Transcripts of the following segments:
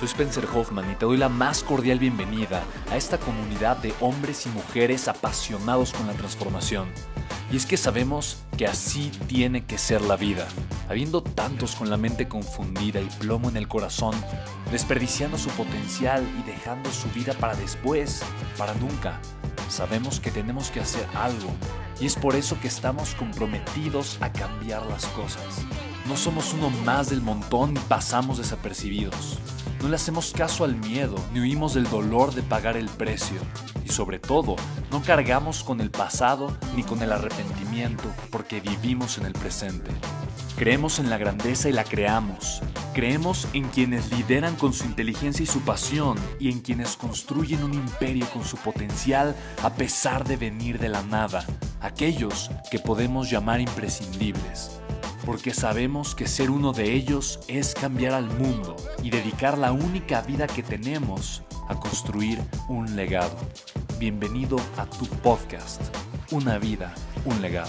Soy Spencer Hoffman y te doy la más cordial bienvenida a esta comunidad de hombres y mujeres apasionados con la transformación. Y es que sabemos que así tiene que ser la vida, habiendo tantos con la mente confundida y plomo en el corazón, desperdiciando su potencial y dejando su vida para después, para nunca. Sabemos que tenemos que hacer algo y es por eso que estamos comprometidos a cambiar las cosas. No somos uno más del montón y pasamos desapercibidos. No le hacemos caso al miedo ni huimos del dolor de pagar el precio. Y sobre todo, no cargamos con el pasado ni con el arrepentimiento porque vivimos en el presente. Creemos en la grandeza y la creamos. Creemos en quienes lideran con su inteligencia y su pasión y en quienes construyen un imperio con su potencial a pesar de venir de la nada. Aquellos que podemos llamar imprescindibles. Porque sabemos que ser uno de ellos es cambiar al mundo y dedicar la única vida que tenemos a construir un legado. Bienvenido a tu podcast, Una vida, un legado.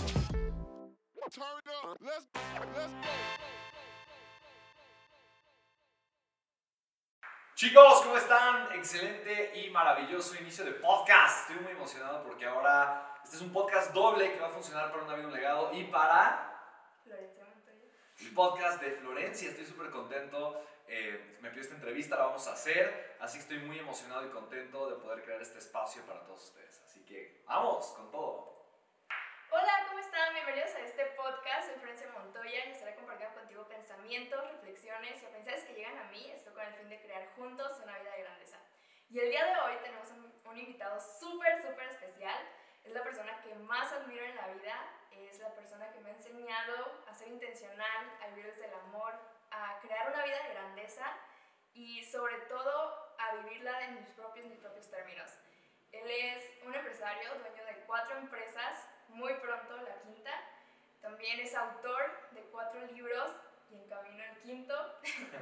Chicos, ¿cómo están? Excelente y maravilloso inicio de podcast. Estoy muy emocionado porque ahora este es un podcast doble que va a funcionar para Una vida, un legado y para Florencia Montoya. El podcast de Florencia. Estoy súper contento. Me pidió esta entrevista, la vamos a hacer. Así que estoy muy emocionado y contento de poder crear este espacio para todos ustedes. Así que vamos con todo. Hola, ¿cómo están? Bienvenidos a este podcast. Soy Florencia Montoya y estaré compartiendo contigo pensamientos, reflexiones y aprendizajes que llegan a mí. Esto con el fin de crear juntos una vida de grandeza. Y el día de hoy tenemos un invitado súper especial. Es la persona que más admiro en la vida. Es la persona que me ha enseñado a ser intencional, a vivir desde el amor, a crear una vida de grandeza y sobre todo a vivirla en mis propios términos. Él es un empresario, dueño de 4 empresas, muy pronto la quinta. También es autor de 4 libros y en camino el quinto.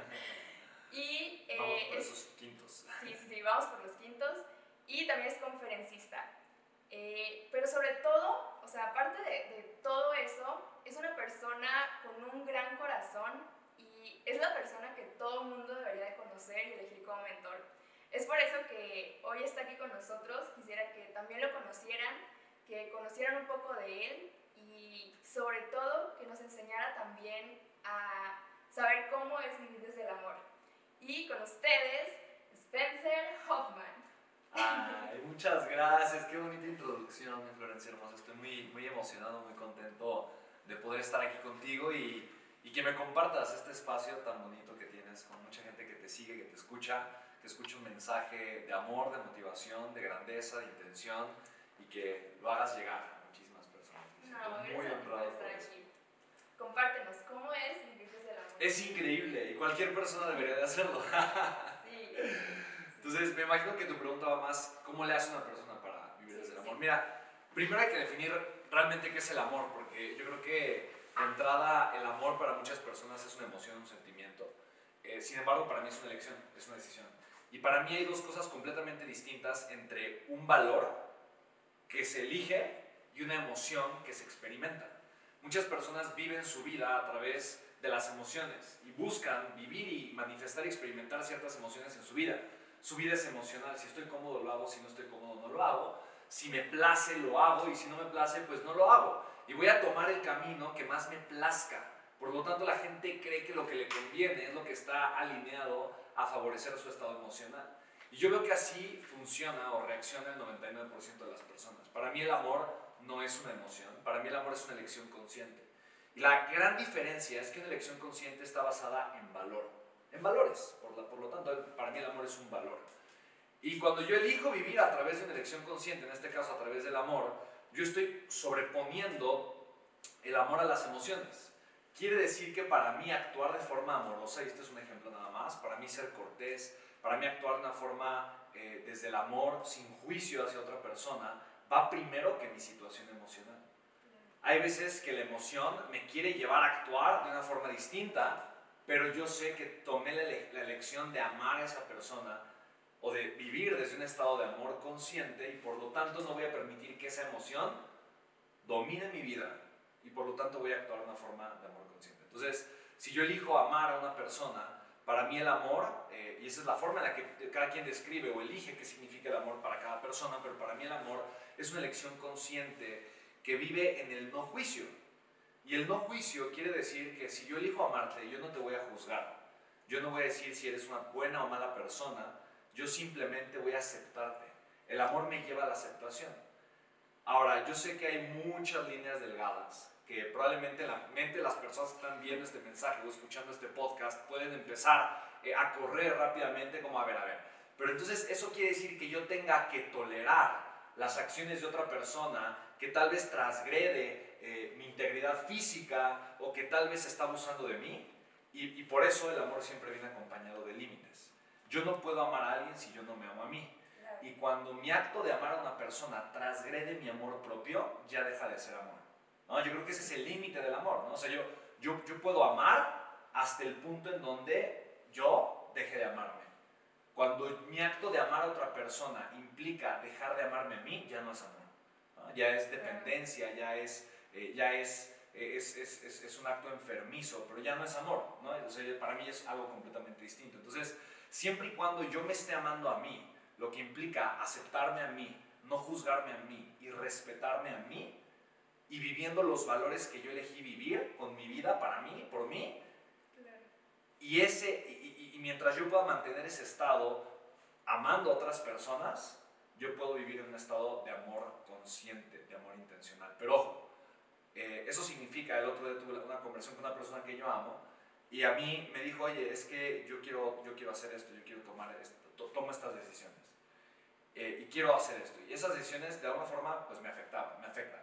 Y, vamos por esos quintos. Sí, vamos por los quintos. Y también es conferencista. Pero sobre todo, o sea, aparte de todo eso, es una persona con un gran corazón y es la persona que todo el mundo debería de conocer y elegir como mentor. Es por eso que hoy está aquí con nosotros. Quisiera que también lo conocieran, que conocieran un poco de él y sobre todo que nos enseñara también a saber cómo es vivir desde el amor. Y con ustedes, Spencer Hoffman. Ay, muchas gracias, qué bonita introducción, mi Florencia hermosa. Estoy muy emocionado, muy contento de poder estar aquí contigo y que me compartas este espacio tan bonito que tienes con mucha gente que te sigue, que te escucha un mensaje de amor, de motivación, de grandeza, de intención y que lo hagas llegar a muchísimas personas. Estoy muy honrado por estar aquí. Compártenos, ¿cómo es vivir desde el amor? Es increíble y cualquier persona debería de hacerlo. Sí. Entonces, me imagino que tu pregunta va más, ¿cómo le hace una persona para vivir desde el amor? Mira, primero hay que definir realmente qué es el amor, porque yo creo que de entrada el amor para muchas personas es una emoción, un sentimiento. Sin embargo, para mí es una elección, es una decisión. Y para mí hay dos cosas completamente distintas entre un valor que se elige y una emoción que se experimenta. Muchas personas viven su vida a través de las emociones y buscan vivir y manifestar y experimentar ciertas emociones en su vida. Su vida es emocional, si estoy cómodo lo hago, si no estoy cómodo no lo hago, si me place lo hago y si no me place pues no lo hago. Y voy a tomar el camino que más me plazca. Por lo tanto la gente cree que lo que le conviene es lo que está alineado a favorecer su estado emocional. Y yo veo que así funciona o reacciona el 99% de las personas. Para mí el amor no es una emoción, para mí el amor es una elección consciente. Y la gran diferencia es que una elección consciente está basada en valor, en valores. Por lo tanto, para mí el amor es un valor. Y cuando yo elijo vivir a través de una elección consciente, en este caso a través del amor, yo estoy sobreponiendo el amor a las emociones. Quiere decir que para mí actuar de forma amorosa, y este es un ejemplo nada más, para mí ser cortés, para mí actuar de una forma desde el amor, sin juicio hacia otra persona, va primero que mi situación emocional. Hay veces que la emoción me quiere llevar a actuar de una forma distinta, pero yo sé que tomé la elección de amar a esa persona o de vivir desde un estado de amor consciente y por lo tanto no voy a permitir que esa emoción domine mi vida y por lo tanto voy a actuar de una forma de amor consciente. Entonces, si yo elijo amar a una persona, Para mí el amor, y esa es la forma en la que cada quien describe o elige qué significa el amor para cada persona, pero para mí el amor es una elección consciente que vive en el no juicio. Y el no juicio quiere decir que si yo elijo amarte, yo no te voy a juzgar. Yo no voy a decir si eres una buena o mala persona, yo simplemente voy a aceptarte. El amor me lleva a la aceptación. Ahora, yo sé que hay muchas líneas delgadas que probablemente en la mente de las personas que están viendo este mensaje o escuchando este podcast pueden empezar a correr rápidamente como a ver. Pero entonces eso quiere decir que yo tenga que tolerar las acciones de otra persona que tal vez transgrede mi integridad física o que tal vez está abusando de mí. Y por eso el amor siempre viene acompañado de límites. Yo no puedo amar a alguien si yo no me amo a mí. Y cuando mi acto de amar a una persona transgrede mi amor propio, ya deja de ser amor, ¿no? Yo creo que ese es el límite del amor, ¿no? O sea, yo puedo amar hasta el punto en donde yo deje de amarme. Cuando mi acto de amar a otra persona implica dejar de amarme a mí, ya no es amor, ¿no? Ya es dependencia, ya es un acto enfermizo, pero ya no es amor, ¿no? O sea, para mí es algo completamente distinto. Entonces, siempre y cuando yo me esté amando a mí, lo que implica aceptarme a mí, no juzgarme a mí y respetarme a mí, y viviendo los valores que yo elegí vivir con mi vida, para mí, por mí, y mientras yo pueda mantener ese estado amando a otras personas, yo puedo vivir en un estado de amor consciente, de amor intencional. Pero ojo, eso significa, el otro día tuve una conversación con una persona que yo amo, y a mí me dijo, oye, es que yo quiero hacer esto, yo quiero tomar esto, tomo estas decisiones. Y quiero hacer esto. Y esas decisiones de alguna forma pues me afectaron,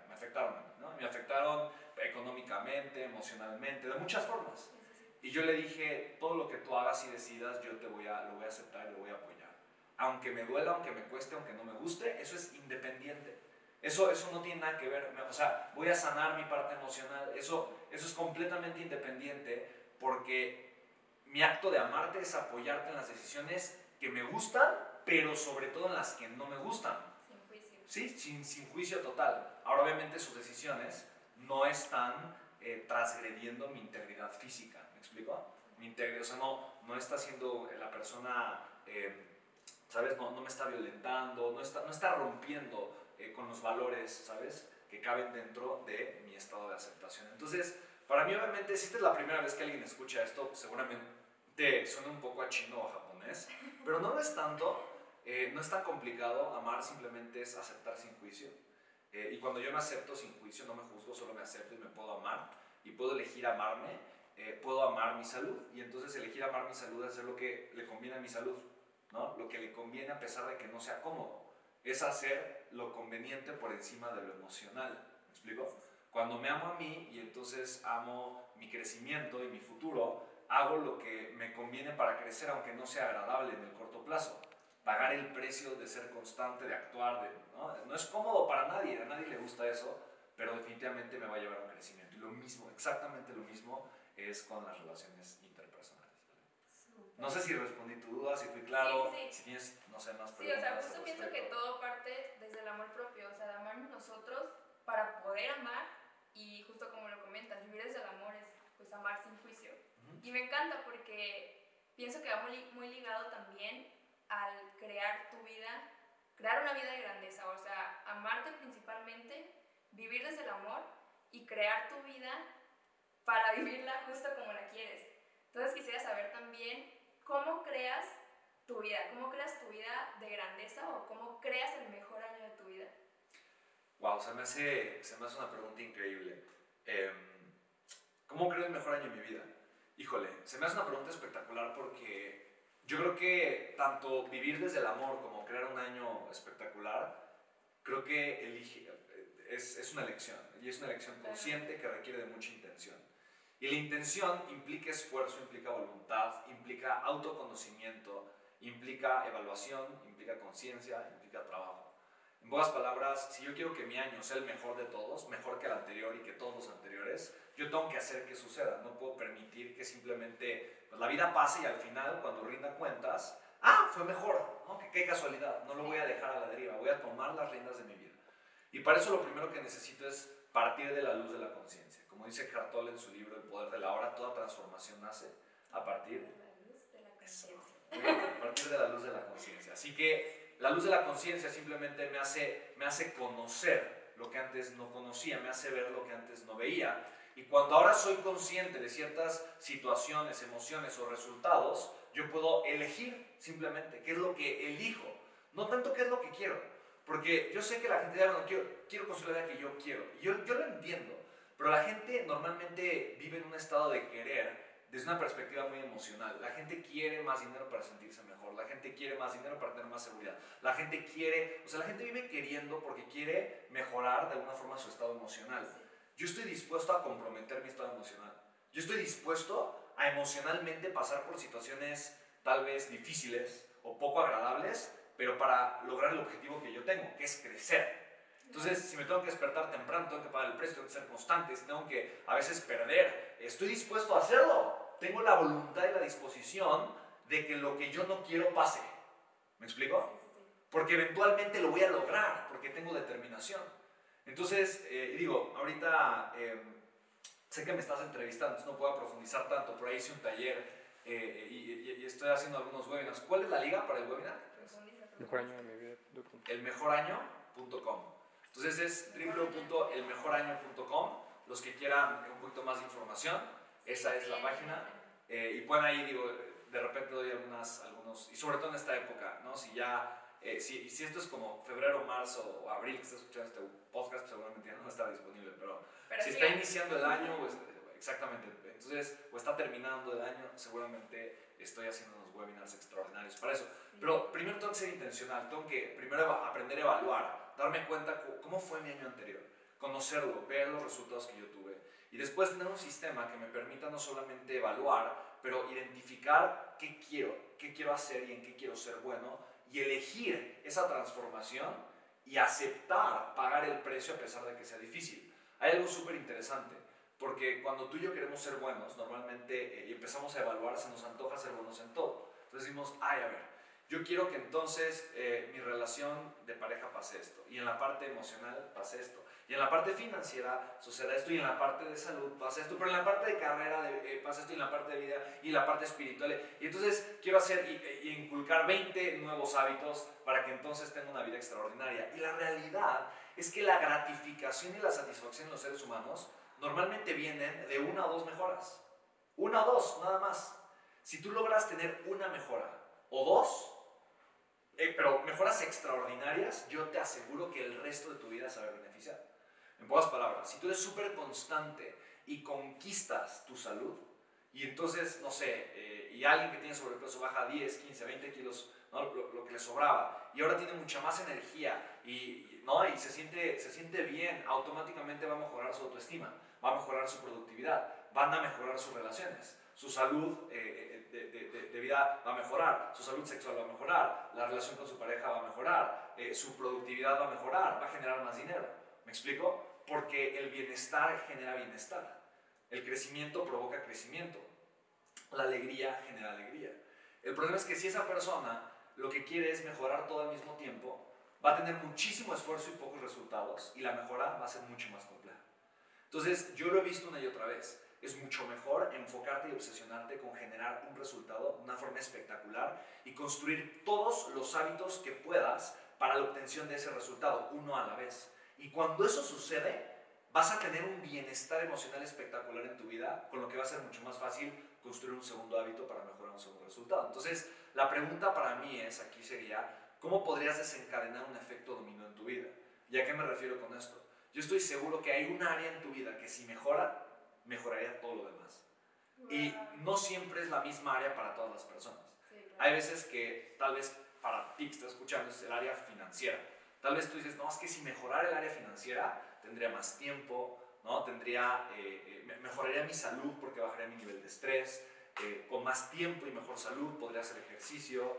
¿no? Me afectaron económicamente, emocionalmente, de muchas formas. Y yo le dije, todo lo que tú hagas y decidas, yo lo voy a aceptar y lo voy a apoyar. Aunque me duela, aunque me cueste, aunque no me guste, eso es independiente. Eso no tiene nada que ver, o sea, voy a sanar mi parte emocional, eso es completamente independiente, porque mi acto de amarte es apoyarte en las decisiones que me gustan, pero sobre todo en las que no me gustan. Sin juicio. Sí, sin juicio total. Ahora obviamente sus decisiones no están transgrediendo mi integridad física, ¿me explico? Mi integridad, o sea, no está siendo la persona, ¿sabes? No me está violentando, no está rompiendo con los valores, ¿sabes? Que caben dentro de mi estado de aceptación. Entonces, para mí obviamente, si esta es la primera vez que alguien escucha esto, seguramente suena un poco a chino o a japonés, pero no lo es tanto. No es tan complicado, amar simplemente es aceptar sin juicio. Y cuando yo me acepto sin juicio, no me juzgo, solo me acepto y me puedo amar. Y puedo elegir amarme, puedo amar mi salud. Y entonces elegir amar mi salud es hacer lo que le conviene a mi salud, ¿no? Lo que le conviene a pesar de que no sea cómodo. Es hacer lo conveniente por encima de lo emocional. ¿Me explico? Cuando me amo a mí y entonces amo mi crecimiento y mi futuro, hago lo que me conviene para crecer, aunque no sea agradable en el corto plazo. Pagar el precio de ser constante, de actuar, ¿no? Es cómodo para nadie, a nadie le gusta eso, pero definitivamente me va a llevar a un crecimiento. Y lo mismo, exactamente lo mismo, es con las relaciones interpersonales. Súper. No sé si respondí tu duda, si fui claro, Sí. si tienes, no sé, más Sí, preguntas. o sea, justo pienso que todo parte desde el amor propio, o sea, de amarnos nosotros para poder amar, y justo como lo comentas, vivir desde el amor es pues amar sin juicio. Y me encanta porque pienso que va muy ligado también al crear tu vida, crear una vida de grandeza, o sea, amarte principalmente, vivir desde el amor y crear tu vida para vivirla justo como la quieres. Entonces quisiera saber también cómo creas tu vida de grandeza, o cómo creas el mejor año de tu vida. Wow, se me hace una pregunta increíble. ¿Cómo creo el mejor año de mi vida? Híjole, se me hace una pregunta espectacular porque yo creo que tanto vivir desde el amor como crear un año espectacular, creo que es una elección, y es una elección consciente que requiere de mucha intención. Y la intención implica esfuerzo, implica voluntad, implica autoconocimiento, implica evaluación, implica conciencia, implica trabajo. En pocas palabras, si yo quiero que mi año sea el mejor de todos, mejor que el anterior y que todos los anteriores, yo tengo que hacer que suceda. No puedo permitir que simplemente pues, la vida pase y al final, cuando rinda cuentas, fue mejor, ¿no? Qué casualidad, no lo voy a dejar a la deriva, voy a tomar las riendas de mi vida. Y para eso lo primero que necesito es partir de la luz de la conciencia. Como dice Eckhart Tolle en su libro El poder de la hora, toda transformación nace a partir A partir de la luz de la conciencia. Así que la luz de la conciencia simplemente me hace conocer lo que antes no conocía, me hace ver lo que antes no veía. Y cuando ahora soy consciente de ciertas situaciones, emociones o resultados, yo puedo elegir simplemente qué es lo que elijo, no tanto qué es lo que quiero. Porque yo sé que la gente dice, bueno, quiero construir la vida que yo quiero. Y yo lo entiendo, pero la gente normalmente vive en un estado de querer desde una perspectiva muy emocional. La gente quiere más dinero para sentirse mejor, la gente quiere más dinero para tener más seguridad, la gente vive queriendo porque quiere mejorar de alguna forma su estado emocional. Yo estoy dispuesto a comprometer mi estado emocional. Yo estoy dispuesto a emocionalmente pasar por situaciones tal vez difíciles o poco agradables, pero para lograr el objetivo que yo tengo, que es crecer. Entonces, si me tengo que despertar temprano, tengo que pagar el precio, tengo que ser constante, si tengo que a veces perder, estoy dispuesto a hacerlo. Tengo la voluntad y la disposición de que lo que yo no quiero pase. ¿Me explico? Porque eventualmente lo voy a lograr, porque tengo determinación. Entonces, ahorita sé que me estás entrevistando, entonces no puedo profundizar tanto. Por ahí hice un taller y estoy haciendo algunos webinars. ¿Cuál es la liga para el webinar? Mejorañodemivida.com. Elmejoraño.com. Entonces es www.elmejoraño.com. Los que quieran un poquito más de información, esa es la página. Y pueden ahí, de repente doy algunos, y sobre todo en esta época, ¿no? Si esto es como febrero, marzo o abril que estás escuchando este podcast, pues seguramente ya no está disponible, pero si está iniciando el año, pues, exactamente, entonces, o está terminando el año, seguramente estoy haciendo unos webinars extraordinarios para eso. Pero primero tengo que ser intencional, tengo que primero aprender a evaluar, darme cuenta cómo fue mi año anterior, conocerlo, ver los resultados que yo tuve y después tener un sistema que me permita no solamente evaluar, pero identificar qué quiero hacer y en qué quiero ser bueno y elegir esa transformación y aceptar pagar el precio a pesar de que sea difícil. Hay algo súper interesante, porque cuando tú y yo queremos ser buenos, normalmente y empezamos a evaluar, se nos antoja ser buenos en todo. Entonces decimos, a ver, yo quiero que entonces mi relación de pareja pase esto, y en la parte emocional pase esto, y en la parte financiera suceda esto, y en la parte de salud pasa esto, pero en la parte de carrera pasa esto, y en la parte de vida, y en la parte espiritual. Y entonces quiero hacer y inculcar 20 nuevos hábitos para que entonces tenga una vida extraordinaria. Y la realidad es que la gratificación y la satisfacción en los seres humanos normalmente vienen de una o dos mejoras. Una o dos, nada más. Si tú logras tener una mejora o dos, pero mejoras extraordinarias, yo te aseguro que el resto de tu vida se va a beneficiar. En pocas palabras, si tú eres súper constante y conquistas tu salud, y entonces, no sé, y alguien que tiene sobrepeso baja 10, 15, 20 kilos, ¿no? lo que le sobraba, y ahora tiene mucha más energía y se siente bien, automáticamente va a mejorar su autoestima, va a mejorar su productividad, van a mejorar sus relaciones, su salud de vida va a mejorar, su salud sexual va a mejorar, la relación con su pareja va a mejorar, su productividad va a mejorar, va a generar más dinero. ¿Me explico? Porque el bienestar genera bienestar, el crecimiento provoca crecimiento, la alegría genera alegría. El problema es que si esa persona lo que quiere es mejorar todo al mismo tiempo, va a tener muchísimo esfuerzo y pocos resultados, y la mejora va a ser mucho más compleja. Entonces, yo lo he visto una y otra vez. Es mucho mejor enfocarte y obsesionarte con generar un resultado de una forma espectacular y construir todos los hábitos que puedas para la obtención de ese resultado, uno a la vez. Y cuando eso sucede, vas a tener un bienestar emocional espectacular en tu vida, con lo que va a ser mucho más fácil construir un segundo hábito para mejorar un segundo resultado. Entonces, la pregunta para mí aquí sería, ¿cómo podrías desencadenar un efecto dominó en tu vida? ¿Y a qué me refiero con esto? Yo estoy seguro que hay un área en tu vida que si mejora, mejoraría todo lo demás. Wow. Y no siempre es la misma área para todas las personas. Sí, claro. Hay veces que tal vez para ti que estás escuchando es el área financiera. Tal vez tú dices, no, es que si mejorara el área financiera tendría más tiempo, ¿no? Mejoraría mi salud porque bajaría mi nivel de estrés, con más tiempo y mejor salud podría hacer ejercicio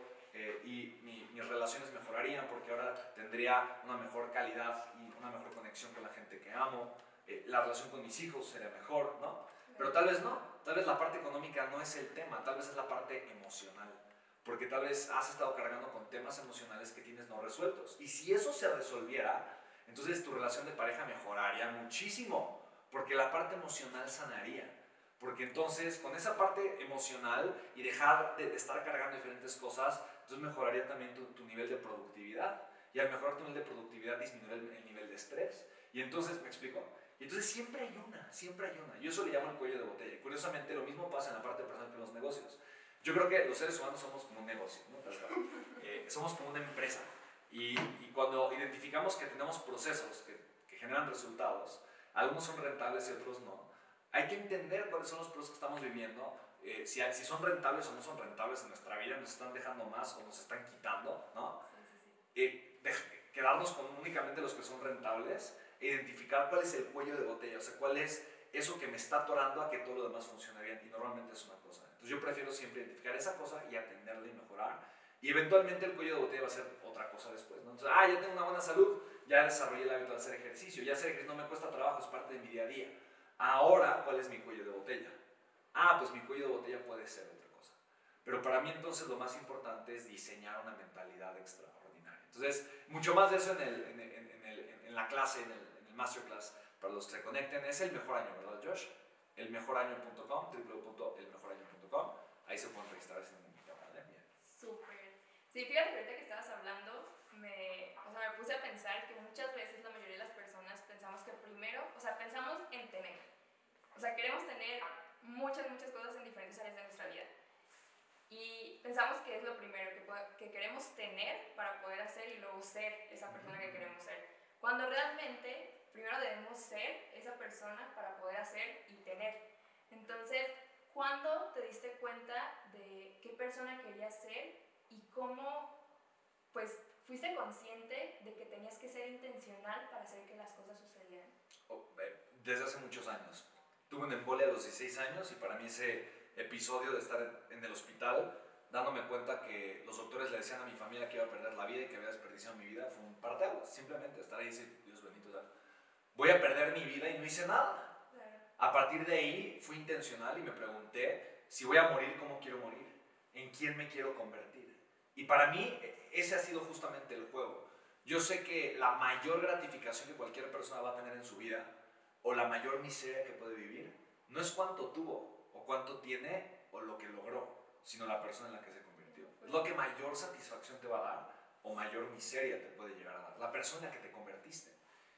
y mis relaciones mejorarían porque ahora tendría una mejor calidad y una mejor conexión con la gente que amo. La relación con mis hijos sería mejor, ¿no? Pero tal vez no, tal vez la parte económica no es el tema, tal vez es la parte emocional, porque tal vez has estado cargando con temas emocionales que tienes no resueltos, y si eso se resolviera, entonces tu relación de pareja mejoraría muchísimo, porque la parte emocional sanaría, Porque entonces, con esa parte emocional y dejar de estar cargando diferentes cosas, entonces mejoraría también tu nivel de productividad. Y al mejorar tu nivel de productividad, disminuir el nivel de estrés. Y entonces, ¿me explico? Y entonces siempre hay una, siempre hay una. Yo eso le llamo el cuello de botella. Y curiosamente, lo mismo pasa en la parte personal que en los negocios. Yo creo que los seres humanos somos como un negocio, ¿no? Somos como una empresa. Y cuando identificamos que tenemos procesos que generan resultados, algunos son rentables y otros no, hay que entender cuáles son los procesos que estamos viviendo, si son rentables o no son rentables en nuestra vida, nos están dejando más o nos están quitando, ¿no? Quedarnos con únicamente los que son rentables e identificar cuál es el cuello de botella, o sea, cuál es eso que me está atorando a que todo lo demás funcione bien, y normalmente es una cosa. Entonces yo prefiero siempre identificar esa cosa y atenderla y mejorar, y eventualmente el cuello de botella va a ser otra cosa después, ¿no? Entonces, ya tengo una buena salud, ya desarrollé el hábito de hacer ejercicio, ya hacer ejercicio no me cuesta trabajo, es parte de mi día a día. Ahora, ¿cuál es mi cuello de botella? Pues mi cuello de botella puede ser otra cosa. Pero para mí entonces lo más importante es diseñar una mentalidad extraordinaria. Entonces, mucho más de eso en la clase, en el masterclass, para los que se conecten, es el mejor año, ¿verdad, Josh? Elmejoraño.com, www.elmejoraño.com, ahí se pueden registrar sin ningún problema, ¿vale? Bien. Súper. Sí, fíjate que ahorita que estabas hablando, me puse a pensar que muchas veces la mayoría de las personas pensamos que primero, pensamos en tener. Queremos tener muchas cosas en diferentes áreas de nuestra vida. Y pensamos que es lo primero que queremos tener para poder hacer y luego ser esa persona que queremos ser. Cuando realmente primero debemos ser esa persona para poder hacer y tener. Entonces, ¿cuándo te diste cuenta de qué persona querías ser y cómo fuiste consciente de que tenías que ser intencional para hacer que las cosas sucedieran? Desde hace muchos años. Tuve una embolia a los 16 años y para mí ese episodio de estar en el hospital dándome cuenta que los doctores le decían a mi familia que iba a perder la vida y que había desperdiciado mi vida fue un parteaguas. Simplemente estar ahí y decir, Dios bendito, voy a perder mi vida y no hice nada. Claro. A partir de ahí fui intencional y me pregunté si voy a morir, ¿cómo quiero morir? ¿En quién me quiero convertir? Y para mí ese ha sido justamente el juego. Yo sé que la mayor gratificación que cualquier persona va a tener en su vida o la mayor miseria que puede vivir no es cuánto tuvo o cuánto tiene o lo que logró, sino la persona en la que se convirtió. Es lo que mayor satisfacción te va a dar o mayor miseria te puede llegar a dar, la persona en la que te convertiste.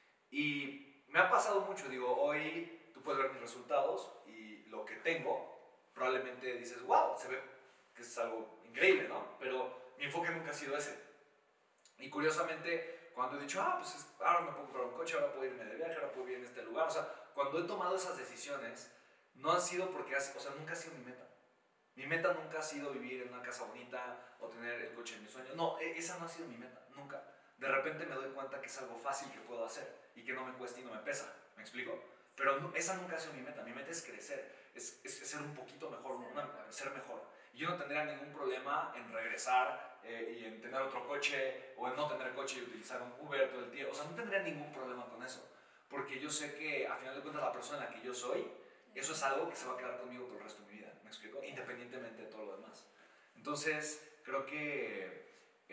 Y me ha pasado mucho, digo, hoy tú puedes ver mis resultados y lo que tengo, probablemente dices, wow, se ve que es algo increíble, ¿no? Pero mi enfoque nunca ha sido ese. Y curiosamente, cuando he dicho, ahora me puedo comprar un coche, ahora puedo irme de viaje, ahora puedo vivir en este lugar, cuando he tomado esas decisiones, no han sido porque, nunca ha sido mi meta. Mi meta nunca ha sido vivir en una casa bonita o tener el coche de mis sueños. No, esa no ha sido mi meta, nunca. De repente me doy cuenta que es algo fácil que puedo hacer y que no me cuesta y no me pesa. ¿Me explico? Pero no, esa nunca ha sido mi meta. Mi meta es crecer, es ser un poquito mejor, ser mejor. Y yo no tendría ningún problema en regresar y en tener otro coche o en no tener coche y utilizar un Uber todo el tiempo. No tendría ningún problema con eso. Porque yo sé que a final de cuentas la persona en la que yo soy, eso es algo que se va a quedar conmigo por el resto de mi vida. ¿Me explico? Independientemente de todo lo demás. Entonces, creo que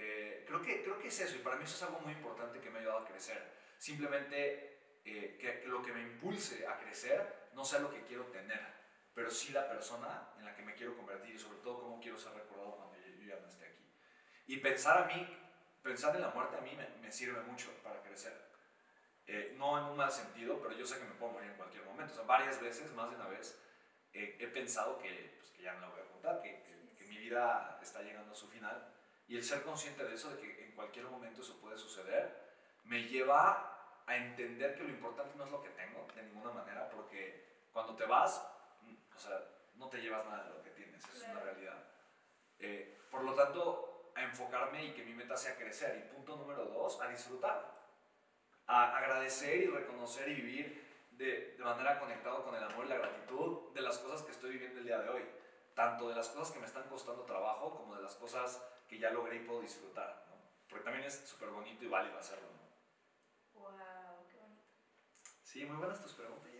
es eso. Y para mí eso es algo muy importante que me ha ayudado a crecer. Simplemente que lo que me impulse a crecer no sea lo que quiero tener, pero sí la persona en la que me quiero convertir y sobre todo cómo quiero ser recordado cuando yo ya no esté aquí. Y pensar en la muerte a mí me sirve mucho para crecer. No en un mal sentido, pero yo sé que me puedo morir en cualquier momento. Varias veces, más de una vez, he pensado que ya no la voy a contar, que mi vida está llegando a su final. Y el ser consciente de eso, de que en cualquier momento eso puede suceder, me lleva a entender que lo importante no es lo que tengo, de ninguna manera, porque cuando te vas, no te llevas nada de lo que tienes, eso es una realidad. Por lo tanto, a enfocarme y que mi meta sea crecer. Y punto número 2, a disfrutar. A agradecer y reconocer y vivir de manera conectada con el amor y la gratitud de las cosas que estoy viviendo el día de hoy. Tanto de las cosas que me están costando trabajo, como de las cosas que ya logré y puedo disfrutar, ¿no? Porque también es súper bonito y válido hacerlo, ¿no? ¡Wow! ¡Qué bonito! Sí, muy buenas tus preguntas.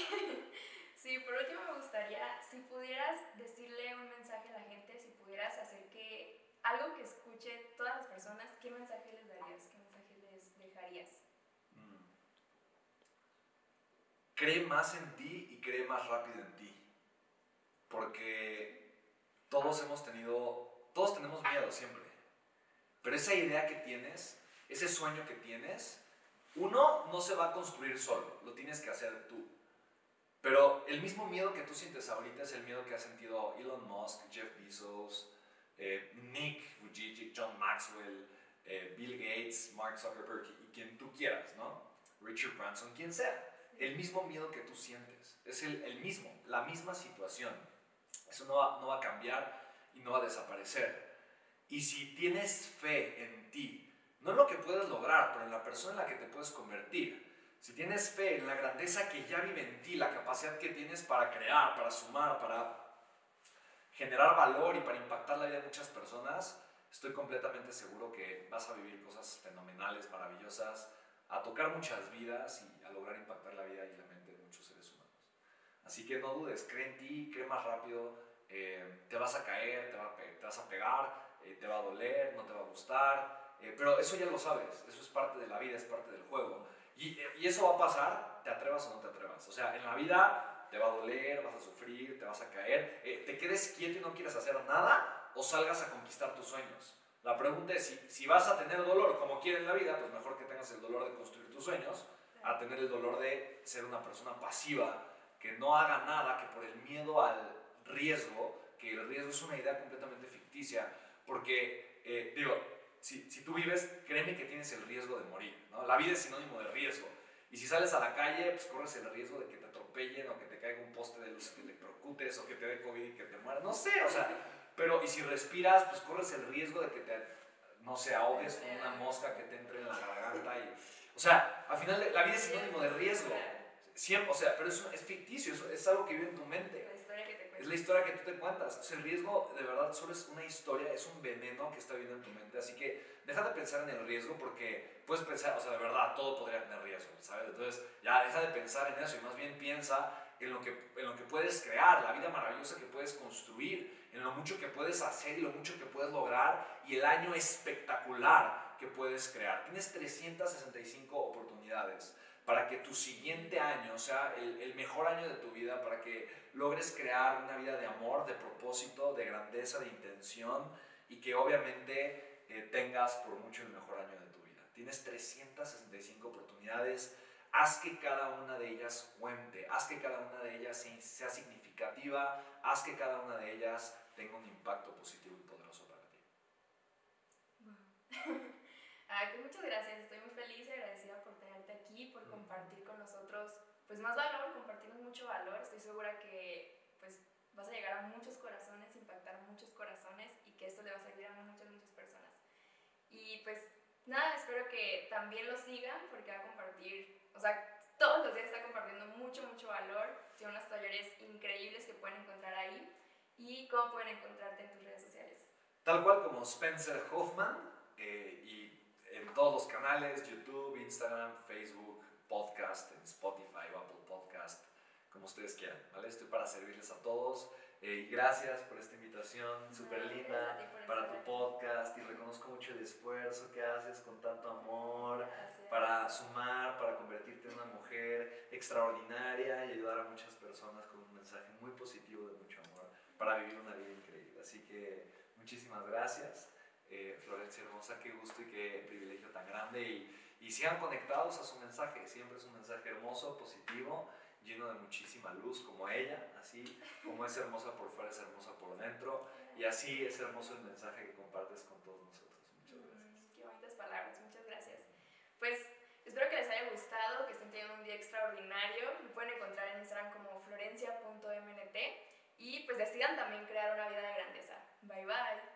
Sí, por último me gustaría, si pudieras decirle un mensaje a la gente, si pudieras hacer que algo que escuche todas las personas, ¿qué mensaje les darías? ¿Qué mensaje les dejarías? Cree más en ti y cree más rápido en ti. todos tenemos miedo siempre. Pero esa idea que tienes, ese sueño que tienes, uno no se va a construir solo, lo tienes que hacer tú. Pero el mismo miedo que tú sientes ahorita es el miedo que ha sentido Elon Musk, Jeff Bezos, Nick Vujicic, John Maxwell, Bill Gates, Mark Zuckerberg y quien tú quieras, ¿no? Richard Branson, quien sea. El mismo miedo que tú sientes, es el mismo, la misma situación. Eso no va a cambiar y no va a desaparecer. Y si tienes fe en ti, no en lo que puedes lograr, pero en la persona en la que te puedes convertir, si tienes fe en la grandeza que ya vive en ti, la capacidad que tienes para crear, para sumar, para generar valor y para impactar la vida de muchas personas, estoy completamente seguro que vas a vivir cosas fenomenales, maravillosas, a tocar muchas vidas y a lograr impactar la vida y la mente de muchos seres humanos. Así que no dudes, cree en ti, cree más rápido, te vas a caer, te vas a pegar, te va a doler, no te va a gustar, pero eso ya lo sabes, eso es parte de la vida, es parte del juego. Y eso va a pasar, te atrevas o no te atrevas. O sea, en la vida te va a doler, vas a sufrir, te vas a caer, te quedes quieto y no quieres hacer nada o salgas a conquistar tus sueños. La pregunta es, si vas a tener dolor como quieres en la vida, pues mejor que tengas el dolor de construir tus sueños a tener el dolor de ser una persona pasiva que no haga nada, que por el miedo al riesgo, que el riesgo es una idea completamente ficticia, porque, si tú vives, créeme que tienes el riesgo de morir, ¿no? La vida es sinónimo de riesgo. Y si sales a la calle, pues corres el riesgo de que te atropellen o que te caiga un poste de luz y te electrocutes o que te dé COVID y que te mueras. No sé, o sea, pero y si respiras, pues corres el riesgo de que te, no sé, ahogues con una mosca que te entre en la garganta. O sea, al final la vida es sinónimo de riesgo. Siempre, o sea, pero es ficticio, es algo que vive en tu mente. Es la historia que tú te cuentas. Entonces, el riesgo, de verdad, solo es una historia, es un veneno que está viviendo en tu mente. Así que deja de pensar en el riesgo porque puedes pensar, o sea, de verdad, todo podría tener riesgo, ¿sabes? Entonces, ya deja de pensar en eso y más bien piensa en lo que puedes crear, la vida maravillosa que puedes construir, en lo mucho que puedes hacer y lo mucho que puedes lograr y el año espectacular que puedes crear. Tienes 365 oportunidades para que tu siguiente año sea el mejor año de tu vida, para que logres crear una vida de amor, de propósito, de grandeza, de intención y que obviamente tengas por mucho el mejor año de tu vida. Tienes 365 oportunidades, haz que cada una de ellas cuente, haz que cada una de ellas sea significativa, haz que cada una de ellas tenga un impacto positivo y poderoso para ti. Wow. Pues muchas gracias, estoy muy feliz y agradecida por tenerte aquí, por compartir con nosotros pues más valor, compartirnos mucho valor. Estoy segura que pues vas a llegar a muchos corazones, impactar a muchos corazones y que esto le va a servir a muchas personas. Y pues nada, espero que también lo sigan porque va a compartir, o sea, todos los días está compartiendo mucho valor. Tiene unos talleres increíbles que pueden encontrar ahí. ¿Y cómo pueden encontrarte en tus redes sociales? Tal cual como Spencer Hoffman, y en todos los canales, YouTube, Instagram, Facebook, podcast, en Spotify o Apple Podcast, como ustedes quieran, ¿vale? Estoy para servirles a todos. Y gracias por esta invitación súper linda para tu podcast y reconozco mucho el esfuerzo que haces con tanto amor para sumar, para convertirte en una mujer extraordinaria y ayudar a muchas personas con un mensaje muy positivo de mucho amor para vivir una vida increíble. Así que muchísimas gracias, Florencia hermosa, qué gusto y qué privilegio tan grande y sigan conectados a su mensaje, siempre es un mensaje hermoso, positivo, lleno de muchísima luz como ella, así como es hermosa por fuera, es hermosa por dentro y así es hermoso el mensaje que compartes con todos nosotros. Muchas gracias. Qué bonitas palabras, muchas gracias. Pues espero que les haya gustado, que estén teniendo un día extraordinario. Me pueden encontrar en Instagram como florencia.mnt y pues decidan también crear una vida de grandeza. Bye bye.